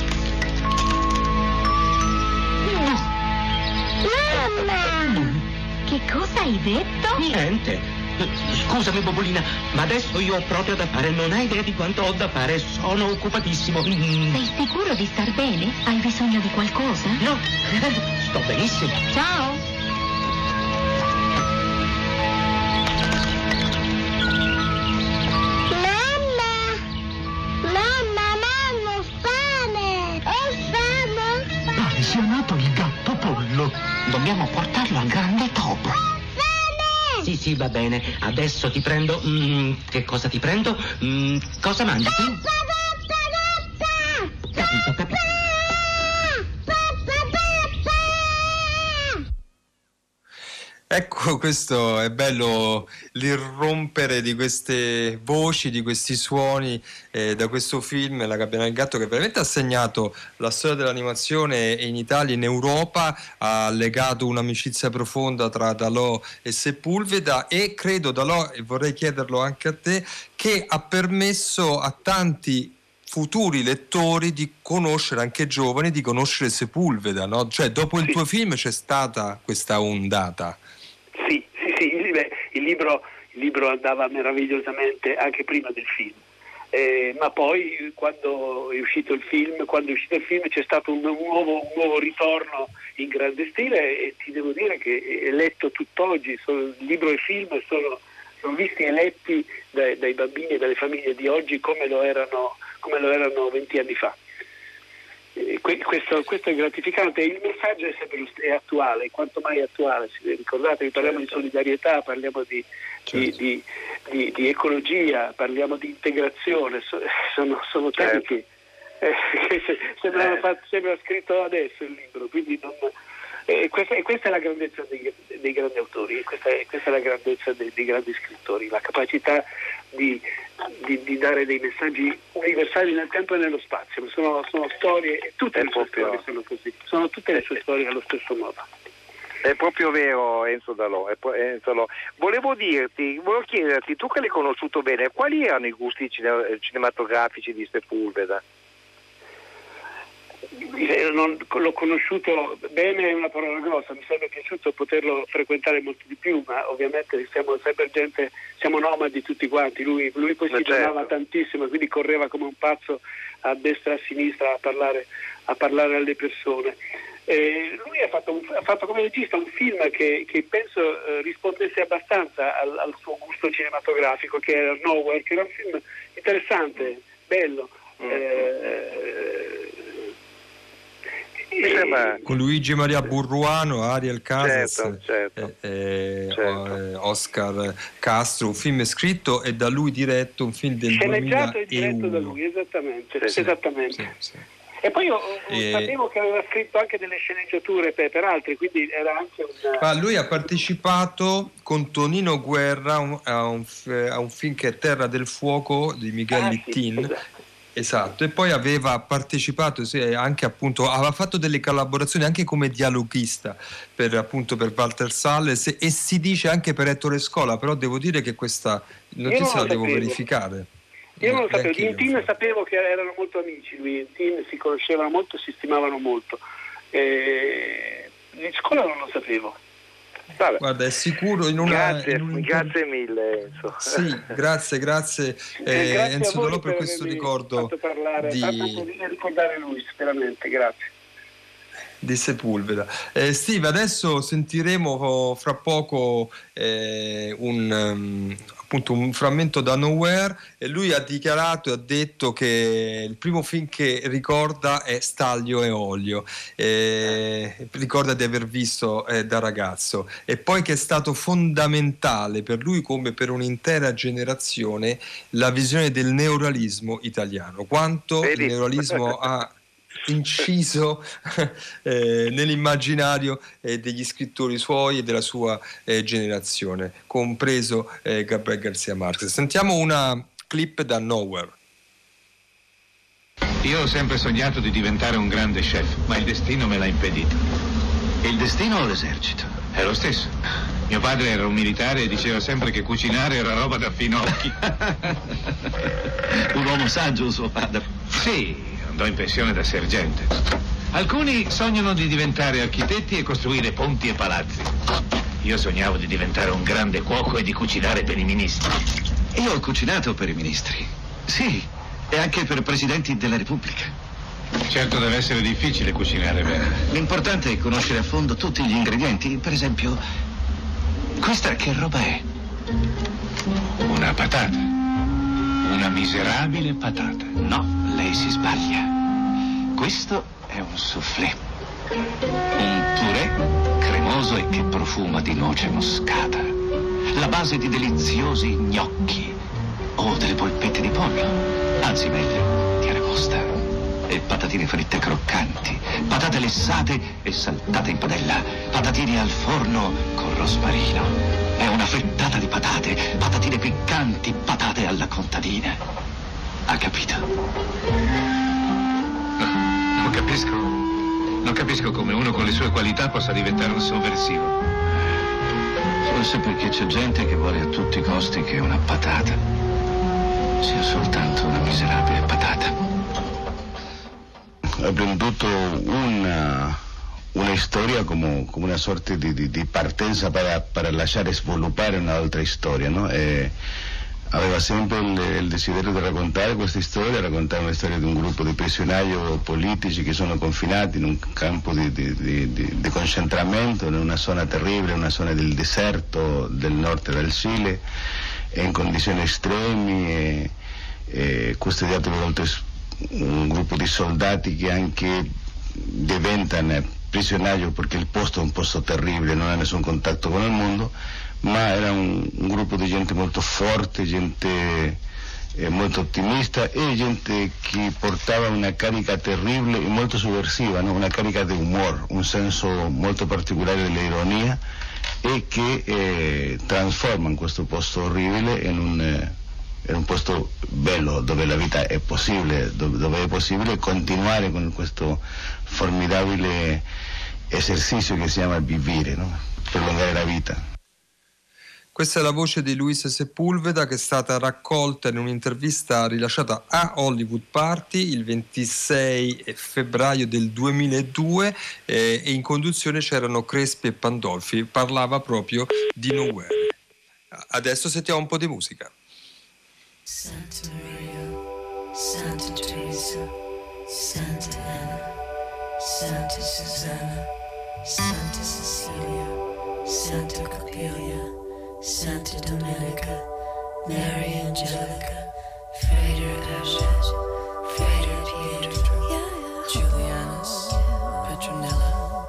[SPEAKER 9] Mamma! Che cosa hai detto?
[SPEAKER 10] Niente. Scusami, Bobolina, ma adesso io ho proprio da fare. Non hai idea di quanto ho da fare. Sono occupatissimo. Mm.
[SPEAKER 9] Sei sicuro di star bene? Hai bisogno di qualcosa?
[SPEAKER 10] No, sto benissimo.
[SPEAKER 9] Ciao!
[SPEAKER 11] Mamma! Mamma, mamma, ho fame! Ho fame!
[SPEAKER 10] Pare sia nato il gatto pollo. Dobbiamo portarlo al grande topo. Sì, sì, va bene. Adesso ti prendo... Mm, che cosa ti prendo? Mm, cosa mangi tu?
[SPEAKER 11] Pappa, pappa, pappa!
[SPEAKER 10] Capito, capito.
[SPEAKER 11] Pappa, pappa!
[SPEAKER 4] Ecco, questo è bello, l'irrompere di queste voci, di questi suoni eh, da questo film, La Gabbiana del Gatto, che veramente ha segnato la storia dell'animazione in Italia e in Europa, ha legato un'amicizia profonda tra Dalò e Sepulveda, e credo, Dalò, e vorrei chiederlo anche a te, che ha permesso a tanti futuri lettori di conoscere, anche giovani, di conoscere Sepulveda, no? Cioè, dopo il
[SPEAKER 6] Sì.
[SPEAKER 4] tuo film c'è stata questa ondata.
[SPEAKER 6] Sì, sì, sì, il, beh, il, libro, il libro andava meravigliosamente anche prima del film, eh, ma poi quando è uscito il film, quando è uscito il film c'è stato un nuovo, un nuovo ritorno in grande stile, e ti devo dire che è letto tutt'oggi. Sono, il libro e il film sono, sono visti e letti dai, dai bambini e dalle famiglie di oggi come lo erano, come lo erano venti anni fa. Questo, questo è gratificante, il messaggio è sempre è attuale, quanto mai attuale. Ricordate che parliamo di solidarietà, parliamo di,
[SPEAKER 4] Certo.
[SPEAKER 6] di, di, di, di ecologia, parliamo di integrazione, sono, sono temi
[SPEAKER 5] Certo.
[SPEAKER 6] che, eh, che se- sembrano
[SPEAKER 5] Eh.
[SPEAKER 6] fatti- sembra scritto adesso il libro, quindi non, eh, questa, e questa è la grandezza dei, dei grandi autori, questa è, questa è la grandezza dei, dei grandi scrittori, la capacità di, di, di dare dei messaggi universali nel tempo e nello spazio. Sono, sono storie, e tutte
[SPEAKER 5] È
[SPEAKER 6] le sue
[SPEAKER 5] proprio-
[SPEAKER 6] storie sono così, sono tutte le sue storie allo stesso modo.
[SPEAKER 5] È proprio vero, Enzo Dalò, è pro- Enzo Dalò. Volevo dirti, volevo chiederti, tu che l'hai conosciuto bene, quali erano i gusti cine- cinematografici di Sepulveda?
[SPEAKER 6] Eh, non- l'ho conosciuto bene, è una parola grossa, mi sarebbe piaciuto poterlo frequentare molto di più, ma ovviamente siamo sempre gente, siamo nomadi tutti quanti. Lui, lui poi
[SPEAKER 5] Ma
[SPEAKER 6] si
[SPEAKER 5] certo.
[SPEAKER 6] donava tantissimo, quindi correva come un pazzo a destra e a sinistra a parlare, a parlare alle persone. Eh, lui ha fatto, un- ha fatto come regista un film che, che penso eh, rispondesse abbastanza al, al suo gusto cinematografico, che era Nowhere, che era un film interessante, bello. Eh,
[SPEAKER 5] Mi sembra-
[SPEAKER 4] Con Luigi Maria Burruano, Ariel Casas,
[SPEAKER 5] Certo, certo.
[SPEAKER 4] eh, eh,
[SPEAKER 5] Certo.
[SPEAKER 4] eh, Oscar Castro, un film scritto e da lui diretto, un film del
[SPEAKER 6] sceneggiato e diretto da
[SPEAKER 4] duemilauno.
[SPEAKER 6] lui, esattamente,
[SPEAKER 5] Sì, sì.
[SPEAKER 6] esattamente.
[SPEAKER 4] Sì, sì.
[SPEAKER 6] E poi io oh,
[SPEAKER 4] E-
[SPEAKER 6] sapevo che aveva scritto anche delle sceneggiature per, per altri, quindi era anche un...
[SPEAKER 4] Ma lui ha partecipato con Tonino Guerra a un, a un f- a un film che è Terra del Fuoco di Miguel
[SPEAKER 6] Ah, sì,
[SPEAKER 4] Littin.
[SPEAKER 6] esatto.
[SPEAKER 4] Esatto, e poi aveva partecipato, sì, anche appunto, aveva fatto delle collaborazioni anche come dialoghista per appunto per Walter Salles, e, e si dice anche per Ettore Scola, però devo dire che questa
[SPEAKER 6] non
[SPEAKER 4] notizia
[SPEAKER 6] lo
[SPEAKER 4] la devo
[SPEAKER 6] sapevo.
[SPEAKER 4] verificare.
[SPEAKER 6] Io non lo
[SPEAKER 4] Eh,
[SPEAKER 6] sapevo,
[SPEAKER 4] anch'io,
[SPEAKER 6] in team
[SPEAKER 4] infatti.
[SPEAKER 6] sapevo che erano molto amici, lui in team si conoscevano molto, si stimavano molto. E... Di scuola non lo sapevo.
[SPEAKER 5] Vabbè.
[SPEAKER 4] Guarda, è sicuro in una...
[SPEAKER 5] Grazie,
[SPEAKER 4] in un-
[SPEAKER 5] grazie mille Enzo.
[SPEAKER 4] Sì, grazie, grazie,
[SPEAKER 6] Eh,
[SPEAKER 4] eh,
[SPEAKER 6] grazie
[SPEAKER 4] Enzo
[SPEAKER 6] a voi
[SPEAKER 4] Dalò per questo
[SPEAKER 6] avermi
[SPEAKER 4] ricordo
[SPEAKER 6] fatto parlare,
[SPEAKER 4] di...
[SPEAKER 6] tanto di ricordare lui, veramente, grazie.
[SPEAKER 4] di Sepulveda. Eh, Steve, adesso sentiremo fra poco eh, un, um, appunto un frammento da Nowhere, e lui ha dichiarato e ha detto che il primo film che ricorda è Staglio e Olio, eh, ricorda di aver visto eh, da ragazzo, e poi che è stato fondamentale per lui come per un'intera generazione la visione del neorealismo italiano, quanto
[SPEAKER 5] Vedi?
[SPEAKER 4] il neorealismo ha inciso eh, nell'immaginario eh, degli scrittori suoi e della sua eh, generazione, compreso eh, Gabriel García Márquez. Sentiamo una clip da Nowhere.
[SPEAKER 12] Io ho sempre sognato di diventare un grande chef, ma il destino me l'ha impedito.
[SPEAKER 13] Il destino o l'esercito?
[SPEAKER 12] È lo stesso. Mio padre era un militare e diceva sempre che cucinare era roba da finocchi.
[SPEAKER 13] Un uomo saggio, suo padre.
[SPEAKER 12] Sì, andò in pensione da sergente. Alcuni sognano di diventare architetti e costruire ponti e palazzi. Io sognavo di diventare un grande cuoco e di cucinare per i ministri.
[SPEAKER 13] Io ho cucinato per i ministri. Sì, e anche per presidenti della Repubblica.
[SPEAKER 12] Certo deve essere difficile cucinare bene.
[SPEAKER 13] L'importante è conoscere a fondo tutti gli ingredienti. Per esempio, questa che roba è?
[SPEAKER 12] Una patata. Una miserabile patata.
[SPEAKER 13] No, lei si sbaglia. Questo è un soufflé. Un purè cremoso e che profuma di noce moscata. La base di deliziosi gnocchi o delle polpette di pollo. Anzi, meglio, di aragosta. E patatine fritte croccanti, patate lessate e saltate in padella, patatine al forno con rosmarino. È una frittata di patate, patatine piccanti, patate alla contadina. Ha capito?
[SPEAKER 12] No, non capisco. Non capisco come uno con le sue qualità possa diventare un sovversivo.
[SPEAKER 13] Forse perché c'è gente che vuole a tutti i costi che una patata sia soltanto una miserabile patata.
[SPEAKER 14] Ha prenduto una, una storia come, come una sorta di, di, di partenza per, per lasciare sviluppare un'altra storia, no? E aveva sempre il, il desiderio di raccontare questa storia, raccontare una storia di un gruppo di prigionieri politici che sono confinati in un campo di, di, di, di, di concentramento, in una zona terribile, una zona del deserto del nord del Cile, in condizioni estreme, e, e custodiato da un gruppo di soldati che anche diventano prigionieri perché il posto è un posto terribile, non ha nessun contatto con il mondo, ma era un, un gruppo di gente molto forte, gente eh, molto ottimista e gente che portava una carica terribile e molto sovversiva, no? Una carica di humor, un senso molto particolare dell'ironia e che eh, trasforma questo posto orribile in un... Eh, è un posto bello dove la vita è possibile, dove, dove è possibile continuare con questo formidabile esercizio che si chiama vivere, no? Prolungare la vita.
[SPEAKER 4] Questa è la voce di Luis Sepúlveda, che è stata raccolta in un'intervista rilasciata a Hollywood Party il ventisei febbraio del duemiladue eh, e in conduzione c'erano Crespi e Pandolfi. Parlava proprio di Nowhere. Adesso sentiamo un po' di musica.
[SPEAKER 15] Santa Maria, Santa Teresa, Santa Anna, Santa Susanna, Santa Cecilia, Santa Coppelia, Santa Domenica, Mary Angelica, Frater Ashes, Frater Pietro, Julianus, Petronella,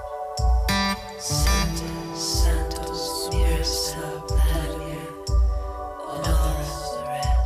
[SPEAKER 15] Santa Santos, Miroslav, Vladimir, and all the rest.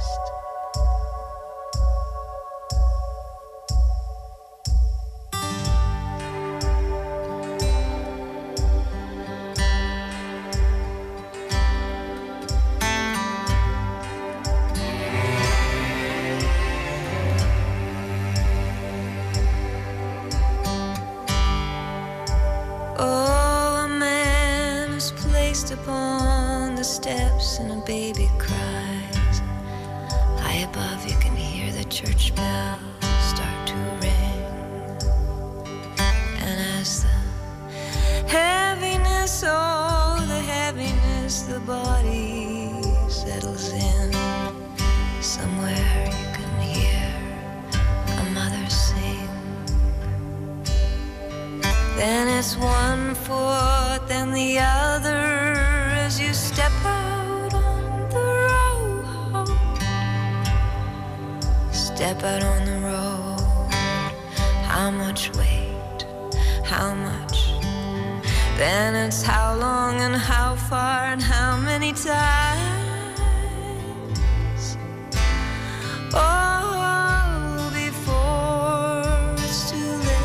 [SPEAKER 15] Upon the steps and a baby cries. High above you can hear the church bells start to ring. And as the heaviness, oh the heaviness, the body settles in, somewhere you can hear a mother sing. Then it's one foot, then the other, as you step out on the road. Step out on the road. How much weight? How much? Then it's how long and how far and how many times. Oh, before it's too late.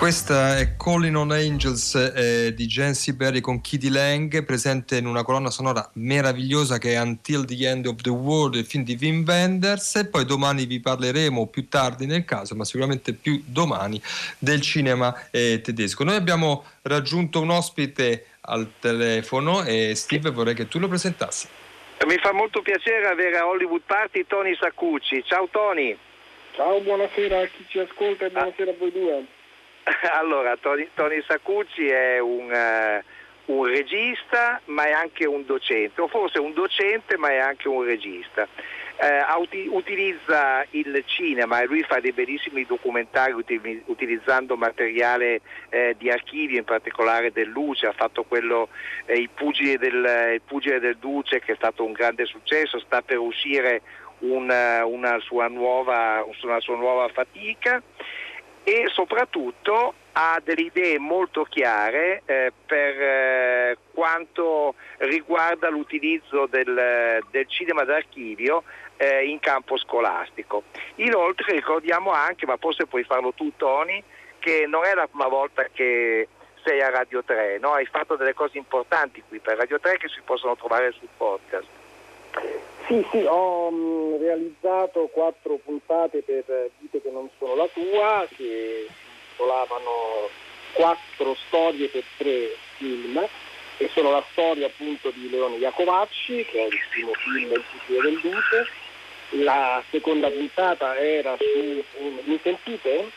[SPEAKER 4] Questa è Calling on Angels eh, di Jancy Berry con Kitty Lang, presente in una colonna sonora meravigliosa che è Until the End of the World, il film di Wim Wenders, e poi domani vi parleremo, più tardi nel caso, ma sicuramente più domani, del cinema eh, tedesco. Noi abbiamo raggiunto un ospite al telefono e Steve, vorrei che tu lo presentassi.
[SPEAKER 5] Mi fa molto piacere avere a Hollywood Party Tony Saccucci. Ciao Tony.
[SPEAKER 6] Ciao, buonasera a chi ci ascolta e buonasera a voi due.
[SPEAKER 5] Allora, Tony, Tony Saccucci è un, uh, un regista, ma è anche un docente, o forse un docente, ma è anche un regista. Uh, uti- utilizza il cinema e lui fa dei bellissimi documentari uti- utilizzando materiale eh, di archivio, in particolare del Luce. Ha fatto quello eh, il, pugile del, il Pugile del Duce, che è stato un grande successo. Sta per uscire una, una, sua, nuova, una sua nuova fatica. E soprattutto ha delle idee molto chiare eh, per eh, quanto riguarda l'utilizzo del, del cinema d'archivio eh, in campo scolastico. Inoltre ricordiamo anche, ma forse puoi farlo tu Tony, che non è la prima volta che sei a Radio tre, no? Hai fatto delle cose importanti qui per Radio tre che si possono trovare sul podcast.
[SPEAKER 6] Sì, sì, ho mh, realizzato quattro puntate per Vite che non sono la tua, che si intitolavano Quattro storie per tre film, e sono la storia appunto di Leone Iacovacci, che è il primo film Il Pugile del Duce. La seconda puntata era su... Mi sentite?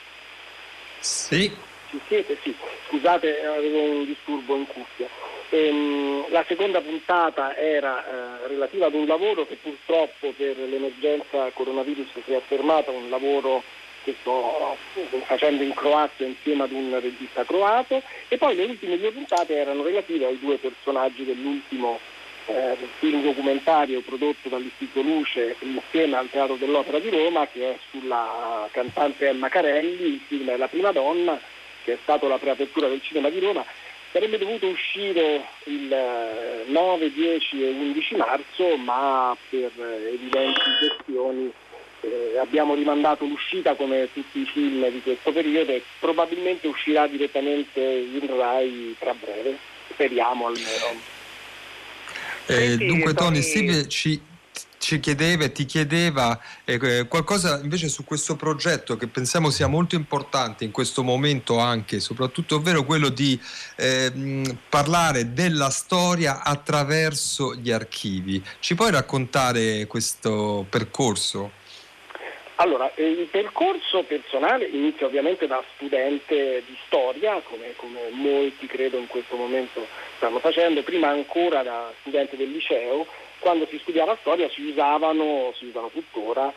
[SPEAKER 4] Sì.
[SPEAKER 6] Ci siete? Sì. Scusate, avevo un disturbo in cuffia. Ehm, la seconda puntata era eh, relativa ad un lavoro che purtroppo per l'emergenza coronavirus si è fermato, un lavoro che sto facendo in Croazia insieme ad un regista croato, e poi le ultime due puntate erano relative ai due personaggi dell'ultimo eh, film documentario prodotto dall'Istituto Luce insieme al Teatro dell'Opera di Roma, che è sulla cantante Emma Carelli. Il film è La prima donna, che è stato la preapertura del cinema di Roma. Sarebbe dovuto uscire il nove, dieci e undici marzo, ma per evidenti questioni eh, abbiamo rimandato l'uscita, come tutti i film di questo periodo, e probabilmente uscirà direttamente in Rai tra breve, speriamo almeno.
[SPEAKER 4] Eh, dunque Tony, Steve ci, ci chiedeva e ti chiedeva eh, qualcosa invece su questo progetto che pensiamo sia molto importante in questo momento anche, soprattutto, ovvero quello di eh, parlare della storia attraverso gli archivi. Ci puoi raccontare questo percorso?
[SPEAKER 6] Allora, il percorso personale inizia ovviamente da studente di storia, come, come molti credo in questo momento stanno facendo, prima ancora da studente del liceo. Quando si studiava storia si usavano, si usano tuttora,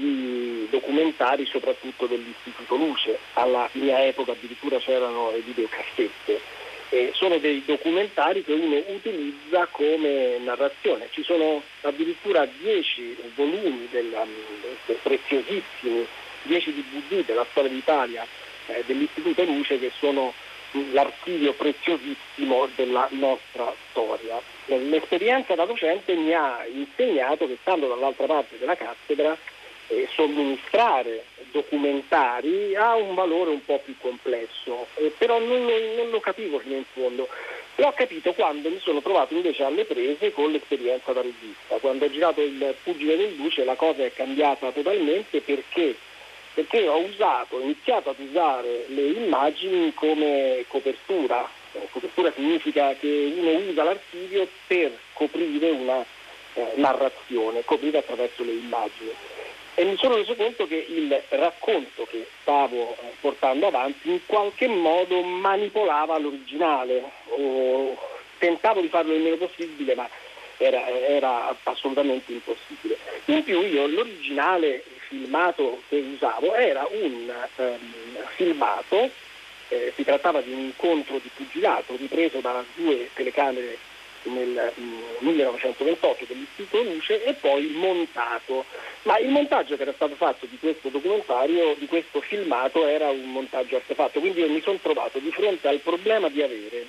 [SPEAKER 6] i documentari soprattutto dell'Istituto Luce. Alla mia epoca addirittura c'erano le videocassette. Eh, sono dei documentari che uno utilizza come narrazione. Ci sono addirittura dieci volumi della, del preziosissimi, dieci D V D della storia d'Italia eh, dell'Istituto Luce, che sono l'archivio preziosissimo della nostra storia. L'esperienza da docente mi ha insegnato che, stando dall'altra parte della cattedra, eh, somministrare documentari ha un valore un po' più complesso, eh, però non lo, non lo capivo fino in fondo. L'ho capito quando mi sono trovato invece alle prese con l'esperienza da regista. Quando ho girato Il Pugile del Duce la cosa è cambiata totalmente, perché perché ho usato, ho iniziato ad usare le immagini come copertura. Copertura significa che uno usa l'archivio per coprire una eh, narrazione, coprire attraverso le immagini. E mi sono reso conto che il racconto che stavo eh, portando avanti in qualche modo manipolava l'originale, o tentavo di farlo il meno possibile, ma era, era assolutamente impossibile. In più io l'originale filmato che usavo era un um, filmato, eh, si trattava di un incontro di pugilato ripreso da due telecamere nel um, millenovecentoventotto dell'Istituto Luce e poi montato. Ma il montaggio che era stato fatto di questo documentario, di questo filmato, era un montaggio artefatto, quindi io mi sono trovato di fronte al problema di avere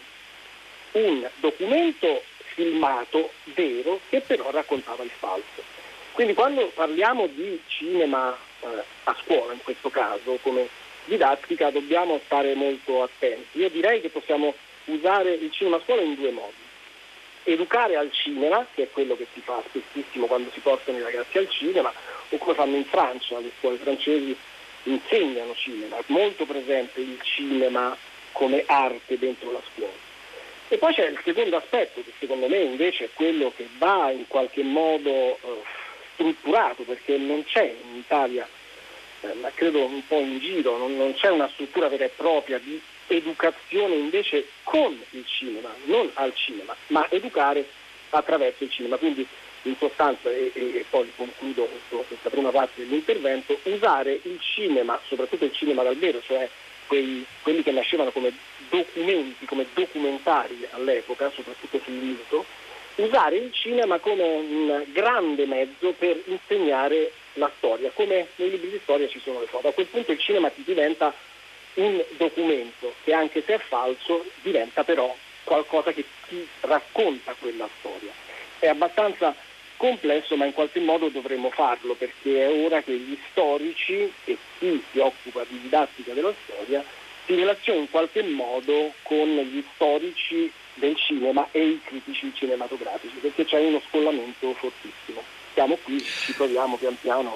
[SPEAKER 6] un documento filmato vero che però raccontava il falso. Quindi quando parliamo di cinema eh, a scuola, in questo caso, come
[SPEAKER 16] didattica dobbiamo stare molto attenti. Io direi che possiamo usare il cinema a scuola in due modi. Educare al cinema, che è quello che si fa spessissimo quando si portano i ragazzi al cinema, o come fanno in Francia, le scuole francesi insegnano cinema, è molto presente il cinema come arte dentro la scuola. E poi c'è il secondo aspetto, che secondo me invece è quello che va in qualche modo eh, strutturato, perché non c'è in Italia, eh, ma credo un po' in giro, non, non c'è una struttura vera e propria di educazione invece con il cinema, non al cinema, ma educare attraverso il cinema. Quindi in sostanza, e, e poi concludo questo, questa prima parte dell'intervento, usare il cinema, soprattutto il cinema dal vero, cioè quei, quelli che nascevano come documenti, come documentari all'epoca, soprattutto sul mito, usare il cinema come un grande mezzo per insegnare la storia, come nei libri di storia ci sono le foto. A quel punto il cinema ti diventa un documento che, anche se è falso, diventa però qualcosa che ti racconta quella storia. È abbastanza complesso, ma in qualche modo dovremmo farlo, perché è ora che gli storici e chi si occupa di didattica della storia si relazioni in qualche modo con gli storici del cinema e i critici cinematografici, perché c'è uno scollamento fortissimo. Siamo qui, ci proviamo pian piano.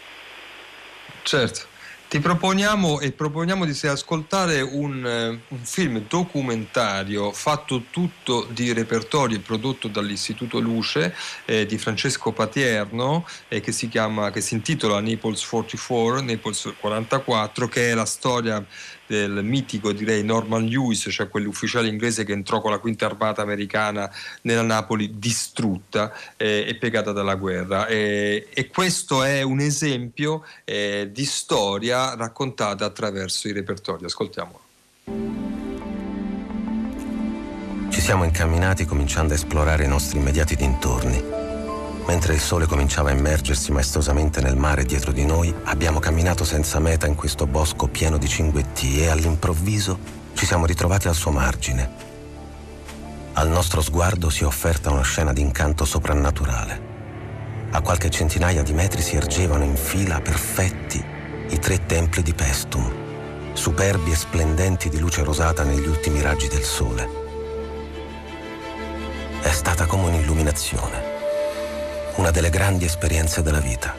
[SPEAKER 4] Certo. Ti proponiamo e proponiamo di ascoltare un, un film documentario fatto tutto di repertorio prodotto dall'Istituto Luce eh, di Francesco Patierno eh, che si chiama, che si intitola Naples quarantaquattro, Naples quarantaquattro, che è la storia del mitico, direi, Norman Lewis, cioè quell'ufficiale inglese che entrò con la quinta armata americana nella Napoli distrutta eh, e piegata dalla guerra. E, e questo è un esempio eh, di storia raccontata attraverso i repertori. Ascoltiamolo.
[SPEAKER 17] Ci siamo incamminati cominciando a esplorare i nostri immediati dintorni. Mentre il sole cominciava a immergersi maestosamente nel mare dietro di noi, abbiamo camminato senza meta in questo bosco pieno di cinguettii e all'improvviso ci siamo ritrovati al suo margine. Al nostro sguardo si è offerta una scena di incanto soprannaturale. A qualche centinaia di metri si ergevano in fila perfetti i tre templi di Paestum, superbi e splendenti di luce rosata negli ultimi raggi del sole. È stata come un'illuminazione. Una delle grandi esperienze della vita.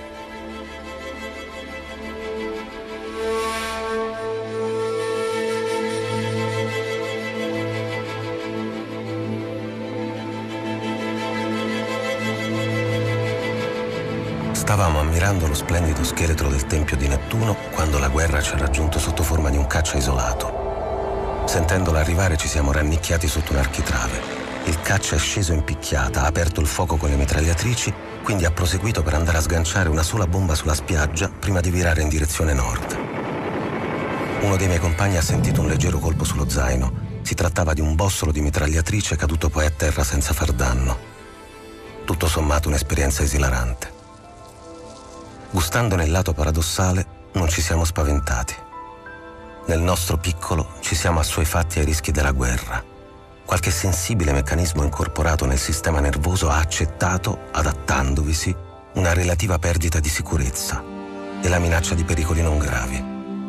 [SPEAKER 17] Stavamo ammirando lo splendido scheletro del Tempio di Nettuno quando la guerra ci ha raggiunto sotto forma di un caccia isolato. Sentendola arrivare ci siamo rannicchiati sotto un architrave. Il caccia è sceso in picchiata, ha aperto il fuoco con le mitragliatrici, quindi ha proseguito per andare a sganciare una sola bomba sulla spiaggia prima di virare in direzione nord. Uno dei miei compagni ha sentito un leggero colpo sullo zaino. Si trattava di un bossolo di mitragliatrice caduto poi a terra senza far danno. Tutto sommato un'esperienza esilarante. Gustandone il lato paradossale, non ci siamo spaventati. Nel nostro piccolo ci siamo assuefatti ai rischi della guerra. Qualche sensibile meccanismo incorporato nel sistema nervoso ha accettato, adattandovisi, una relativa perdita di sicurezza e la minaccia di pericoli non gravi.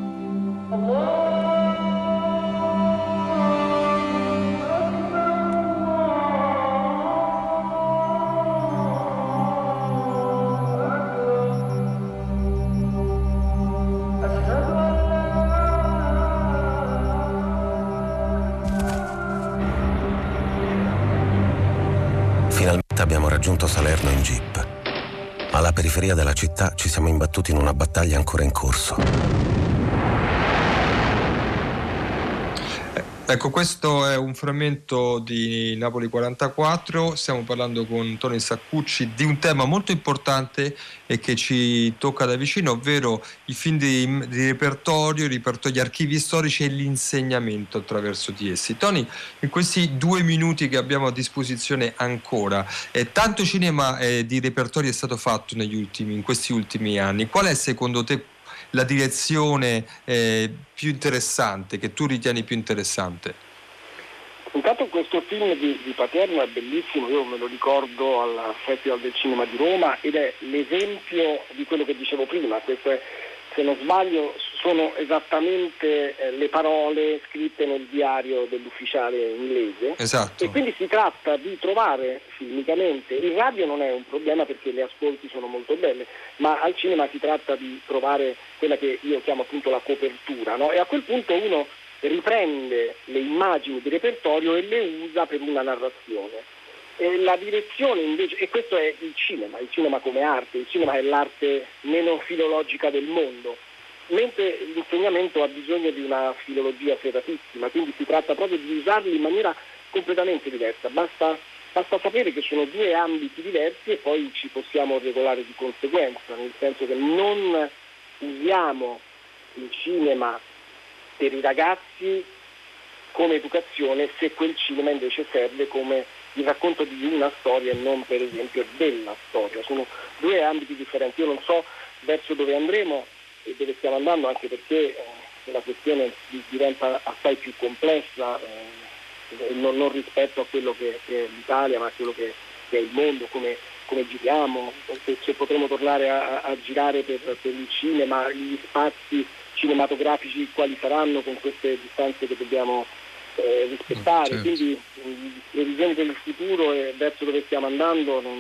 [SPEAKER 17] Abbiamo raggiunto Salerno in jeep. Alla periferia della città ci siamo imbattuti in una battaglia ancora in corso.
[SPEAKER 4] Ecco, questo è un frammento di Napoli quarantaquattro. Stiamo parlando con Tony Saccucci di un tema molto importante e che ci tocca da vicino, ovvero i film di, di repertorio, gli archivi storici e l'insegnamento attraverso di essi. Tony, in questi due minuti che abbiamo a disposizione ancora, eh, tanto cinema eh, di repertorio è stato fatto negli ultimi, in questi ultimi anni. Qual è secondo te la direzione eh, più interessante, che tu ritieni più interessante?
[SPEAKER 16] Intanto questo film di, di Patierno è bellissimo, io me lo ricordo al Festival del Cinema di Roma ed è l'esempio di quello che dicevo prima. Questo è, se non sbaglio, sono esattamente eh, le parole scritte nel diario dell'ufficiale inglese.
[SPEAKER 4] Esatto.
[SPEAKER 16] E quindi si tratta di trovare filmicamente, il radio non è un problema perché le ascolti sono molto belle, ma al cinema si tratta di trovare quella che io chiamo appunto la copertura, no? E a quel punto uno riprende le immagini di repertorio e le usa per una narrazione. E la direzione invece, e questo è il cinema, il cinema come arte, il cinema è l'arte meno filologica del mondo, mentre l'insegnamento ha bisogno di una filologia serratissima, quindi si tratta proprio di usarli in maniera completamente diversa, basta, basta sapere che sono due ambiti diversi e poi ci possiamo regolare di conseguenza, nel senso che non usiamo il cinema per i ragazzi come educazione se quel cinema invece serve come il racconto di una storia e non per esempio della storia. Sono due ambiti differenti. Io non so verso dove andremo e dove stiamo andando, anche perché eh, la questione diventa assai più complessa, eh, non, non rispetto a quello che, che è l'Italia, ma a quello che, che è il mondo, come, come giriamo, se, se potremo tornare a, a girare per, per il cinema, gli spazi cinematografici quali saranno con queste distanze che dobbiamo eh, rispettare, certo. Quindi le visioni del futuro e verso dove stiamo andando, non,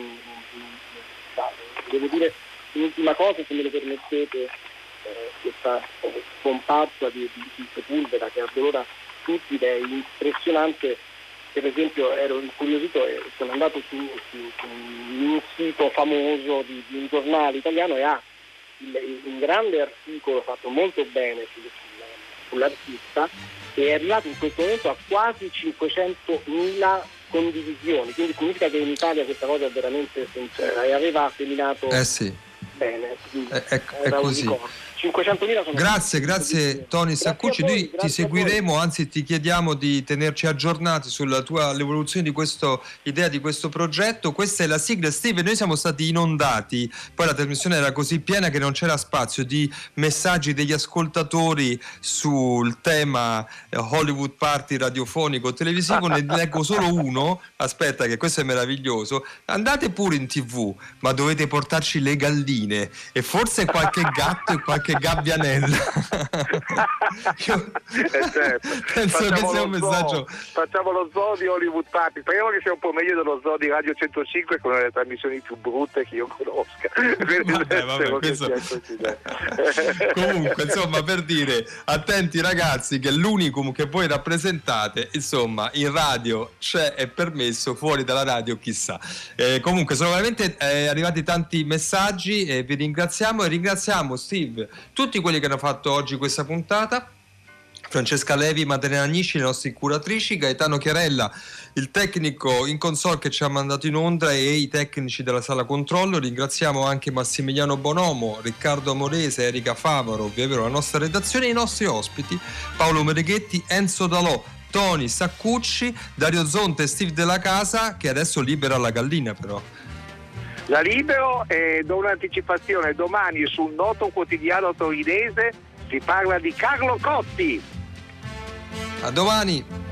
[SPEAKER 16] non, devo dire un'ultima cosa, se me lo permettete, eh, questa scomparsa di, di, di Sepulveda che addolora tutti ed è impressionante. Per esempio ero incuriosito e sono andato su, su, su un sito famoso di, di un giornale italiano e ha un grande articolo fatto molto bene sull'artista e è arrivato in questo momento a quasi cinquecentomila condivisioni, quindi significa che in Italia questa cosa è veramente sincera e aveva seminato
[SPEAKER 4] eh sì.
[SPEAKER 16] bene,
[SPEAKER 4] è, è, è così.
[SPEAKER 16] cinquecentomila sono
[SPEAKER 4] grazie, grazie Tony Saccucci, noi ti seguiremo, anzi ti chiediamo di tenerci aggiornati sulla tua l'evoluzione di questa idea, di questo progetto. Questa è la sigla. Steve, noi siamo stati inondati, poi la trasmissione era così piena che non c'era spazio, di messaggi degli ascoltatori sul tema Hollywood Party radiofonico televisivo. Ne leggo solo uno, aspetta che questo è meraviglioso: andate pure in tv, ma dovete portarci le galline e forse qualche gatto e qualche gabbianella. Io
[SPEAKER 5] eh certo.
[SPEAKER 4] penso
[SPEAKER 5] facciamo
[SPEAKER 4] che sia un messaggio.
[SPEAKER 5] Zoo, facciamo lo zoo di Hollywood Party, speriamo che sia un po' meglio dello zoo di Radio centocinque con le trasmissioni più brutte che io conosca.
[SPEAKER 4] Vabbè, vabbè, questo... comunque insomma, per dire, attenti ragazzi che l'unicum che voi rappresentate insomma in radio c'è, è permesso, fuori dalla radio chissà. Eh, comunque sono veramente eh, arrivati tanti messaggi e vi ringraziamo e ringraziamo Steve, tutti quelli che hanno fatto oggi questa puntata, Francesca Levi, Maddalena Agnisci, le nostre curatrici, Gaetano Chiarella, il tecnico in console che ci ha mandato in onda e i tecnici della sala controllo. Ringraziamo anche Massimiliano Bonomo, Riccardo Amorese, Erika Favaro, ovvero la nostra redazione, e i nostri ospiti Paolo Mereghetti, Enzo Dalò, Tony Saccucci, Dario Zonte e Steve Della Casa, che adesso libera la gallina però.
[SPEAKER 5] La libero e do un'anticipazione: domani sul noto quotidiano torinese si parla di Carlo Cotti.
[SPEAKER 4] A domani.